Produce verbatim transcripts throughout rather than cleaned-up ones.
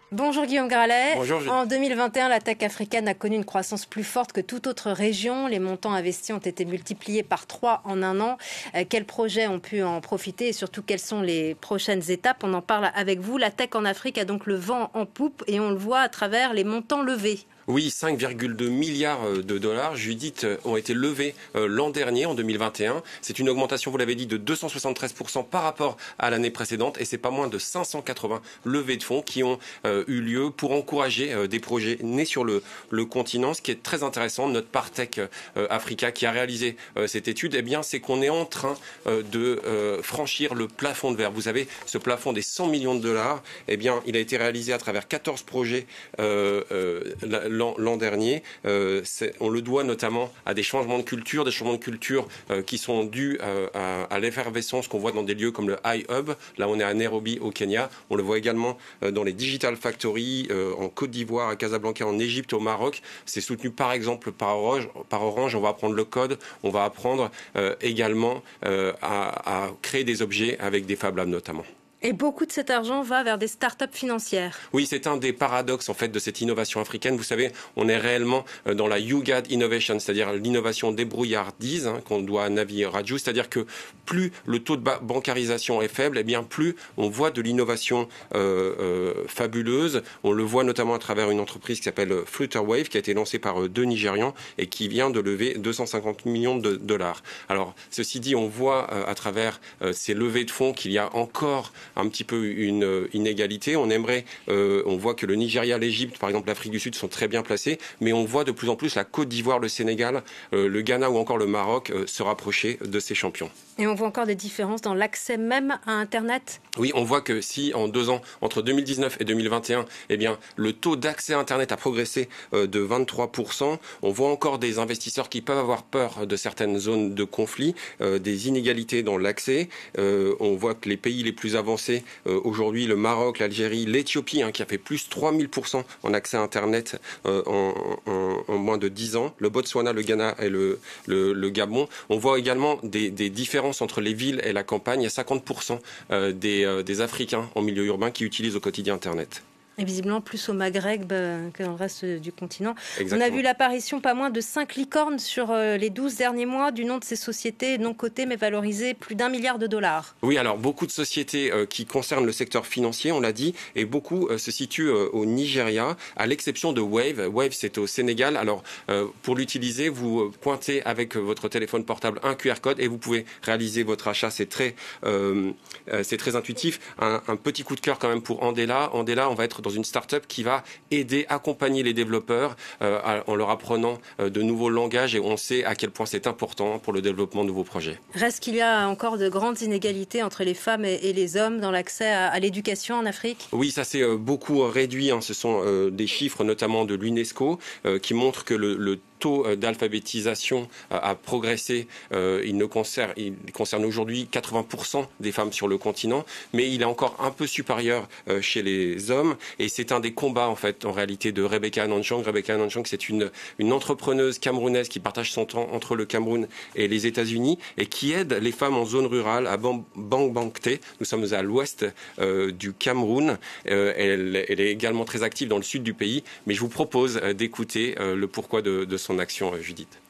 Bonjour Guillaume Gralet. Bonjour. En deux mille vingt et un, la tech africaine a connu une croissance plus forte que toute autre région. Les montants investis ont été multipliés par trois en un an. Euh, quels projets ont pu en profiter et surtout quelles sont les prochaines étapes? On en parle avec vous. La tech en Afrique a donc le vent en poupe et on le voit à travers les montants levés. Oui, cinq virgule deux milliards de dollars, Judith, ont été levés l'an dernier, en deux mille vingt et un. C'est une augmentation, vous l'avez dit, de deux cent soixante-treize pour cent par rapport à l'année précédente. Et c'est pas moins de cinq cent quatre-vingts levées de fonds qui ont euh, eu lieu pour encourager euh, des projets nés sur le, le continent. Ce qui est très intéressant, notre Partech euh, Africa qui a réalisé euh, cette étude, eh bien, c'est qu'on est en train euh, de euh, franchir le plafond de verre. Vous savez, ce plafond des cent millions de dollars, eh bien, il a été réalisé à travers quatorze projets euh, euh, l'an dernier. Euh, on le doit notamment à des changements de culture, des changements de culture euh, qui sont dus euh, à, à l'effervescence qu'on voit dans des lieux comme le iHub. Là, on est à Nairobi, au Kenya. On le voit également euh, dans les Digital Factory euh, en Côte d'Ivoire, à Casablanca, en Égypte, au Maroc. C'est soutenu par exemple par Orange. Par Orange, on va apprendre le code. On va apprendre euh, également euh, à, à créer des objets avec des Fab Labs notamment. Et beaucoup de cet argent va vers des start-up financières. Oui, c'est un des paradoxes en fait de cette innovation africaine. Vous savez, on est réellement dans la U G A D innovation, c'est-à-dire l'innovation débrouillardise hein, qu'on doit à Navi Raju. C'est-à-dire que plus le taux de bancarisation est faible, et eh bien plus on voit de l'innovation euh, euh, fabuleuse. On le voit notamment à travers une entreprise qui s'appelle Flutterwave, qui a été lancée par euh, deux Nigérians et qui vient de lever deux cent cinquante millions de dollars. Alors, ceci dit, on voit euh, à travers euh, ces levées de fonds qu'il y a encore un petit peu une inégalité. On aimerait, euh, on voit que le Nigeria, l'Égypte, par exemple l'Afrique du Sud sont très bien placés, mais on voit de plus en plus la Côte d'Ivoire, le Sénégal, euh, le Ghana ou encore le Maroc euh, se rapprocher de ces champions. Et on voit encore des différences dans l'accès même à Internet? Oui, on voit que si en deux ans, entre deux mille dix-neuf et deux mille vingt et un, eh bien, le taux d'accès à Internet a progressé euh, de vingt-trois pour cent, on voit encore des investisseurs qui peuvent avoir peur de certaines zones de conflit, euh, des inégalités dans l'accès. Euh, on voit que les pays les plus avancés, euh, aujourd'hui, le Maroc, l'Algérie, l'Éthiopie, hein, qui a fait plus trois mille pour cent en accès à Internet euh, en, en, en moins de dix ans, le Botswana, le Ghana et le, le, le Gabon. On voit également des, des différences entre les villes et la campagne. Il y a cinquante pour cent euh, des, euh, des Africains en milieu urbain qui utilisent au quotidien Internet. Et visiblement plus au Maghreb que dans le reste du continent. Exactement. On a vu l'apparition pas moins de cinq licornes sur les douze derniers mois du nom de ces sociétés non cotées mais valorisées plus d'un milliard de dollars. Oui, alors beaucoup de sociétés euh, qui concernent le secteur financier, on l'a dit, et beaucoup euh, se situent euh, au Nigeria, à l'exception de Wave. Wave, c'est au Sénégal. Alors, euh, pour l'utiliser, vous pointez avec votre téléphone portable un Q R code et vous pouvez réaliser votre achat. C'est très, euh, euh, c'est très intuitif. Un, un petit coup de cœur quand même pour Andela. Andela, on va être dans une start-up qui va aider, accompagner les développeurs euh, en leur apprenant euh, de nouveaux langages et on sait à quel point c'est important pour le développement de nouveaux projets. Reste qu'il y a encore de grandes inégalités entre les femmes et, et les hommes dans l'accès à, à l'éducation en Afrique? Oui, ça s'est euh, beaucoup réduit. Hein. Ce sont euh, des chiffres notamment de l'UNESCO euh, qui montrent que le, le taux d'alphabétisation a progressé. Euh, il, ne concerne, il concerne aujourd'hui quatre-vingts pour cent des femmes sur le continent, mais il est encore un peu supérieur euh, chez les hommes. Et c'est un des combats, en fait, en réalité, de Rebecca Ananchang. Rebecca Ananchang, c'est une, une entrepreneuse camerounaise qui partage son temps entre le Cameroun et les États-Unis et qui aide les femmes en zone rurale à Bangbankté. Nous sommes à l'ouest euh, du Cameroun. Euh, elle, elle est également très active dans le sud du pays. Mais je vous propose euh, d'écouter euh, le pourquoi de, de son action, Judith.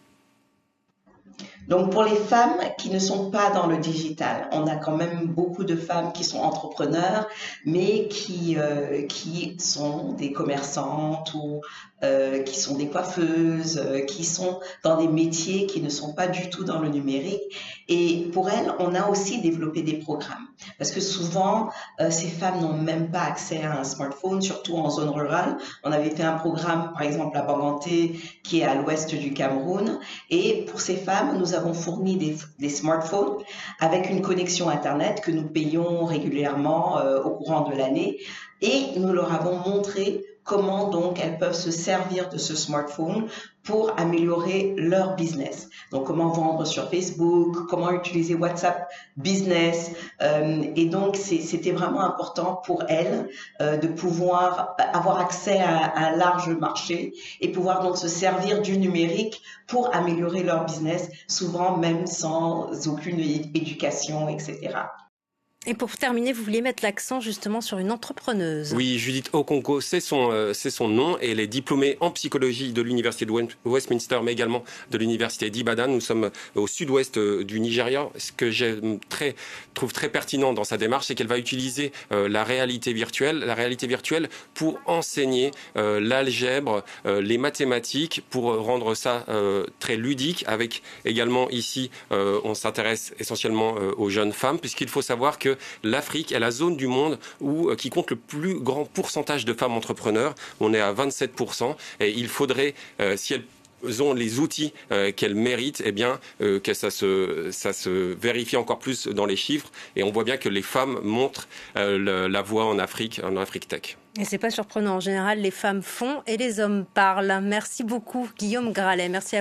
Donc pour les femmes qui ne sont pas dans le digital, on a quand même beaucoup de femmes qui sont entrepreneurs, mais qui euh, qui sont des commerçantes ou euh, qui sont des coiffeuses, euh, qui sont dans des métiers qui ne sont pas du tout dans le numérique. Et pour elles, on a aussi développé des programmes. Parce que souvent, euh, ces femmes n'ont même pas accès à un smartphone, surtout en zone rurale. On avait fait un programme, par exemple, à Banganté, qui est à l'ouest du Cameroun. Et pour ces femmes, nous avons fourni des, des smartphones avec une connexion Internet que nous payons régulièrement euh, au courant de l'année. Et nous leur avons montré comment donc elles peuvent se servir de ce smartphone pour améliorer leur business. Donc comment vendre sur Facebook, comment utiliser WhatsApp Business. Euh, et donc c'était vraiment important pour elles euh, de pouvoir avoir accès à, à un large marché et pouvoir donc se servir du numérique pour améliorer leur business, souvent même sans aucune éducation, et cetera. Et pour terminer, vous vouliez mettre l'accent justement sur une entrepreneuse. Oui, Judith Okonkwo, c'est son, euh, c'est son nom, et elle est diplômée en psychologie de l'université de Westminster, mais également de l'université d'Ibadan. Nous sommes au sud-ouest du Nigeria. Ce que je très, trouve très pertinent dans sa démarche, c'est qu'elle va utiliser euh, la réalité virtuelle, la réalité virtuelle pour enseigner euh, l'algèbre, euh, les mathématiques, pour rendre ça euh, très ludique. Avec également ici, euh, on s'intéresse essentiellement euh, aux jeunes femmes, puisqu'il faut savoir que l'Afrique est la zone du monde où, qui compte le plus grand pourcentage de femmes entrepreneurs. On est à vingt-sept pour cent, et il faudrait, euh, si elles ont les outils euh, qu'elles méritent, eh bien, euh, que ça se, ça se vérifie encore plus dans les chiffres. Et on voit bien que les femmes montrent euh, le, la voie en Afrique, en Afrique Tech. Et c'est pas surprenant. En général, les femmes font et les hommes parlent. Merci beaucoup, Guillaume Gralet. Merci à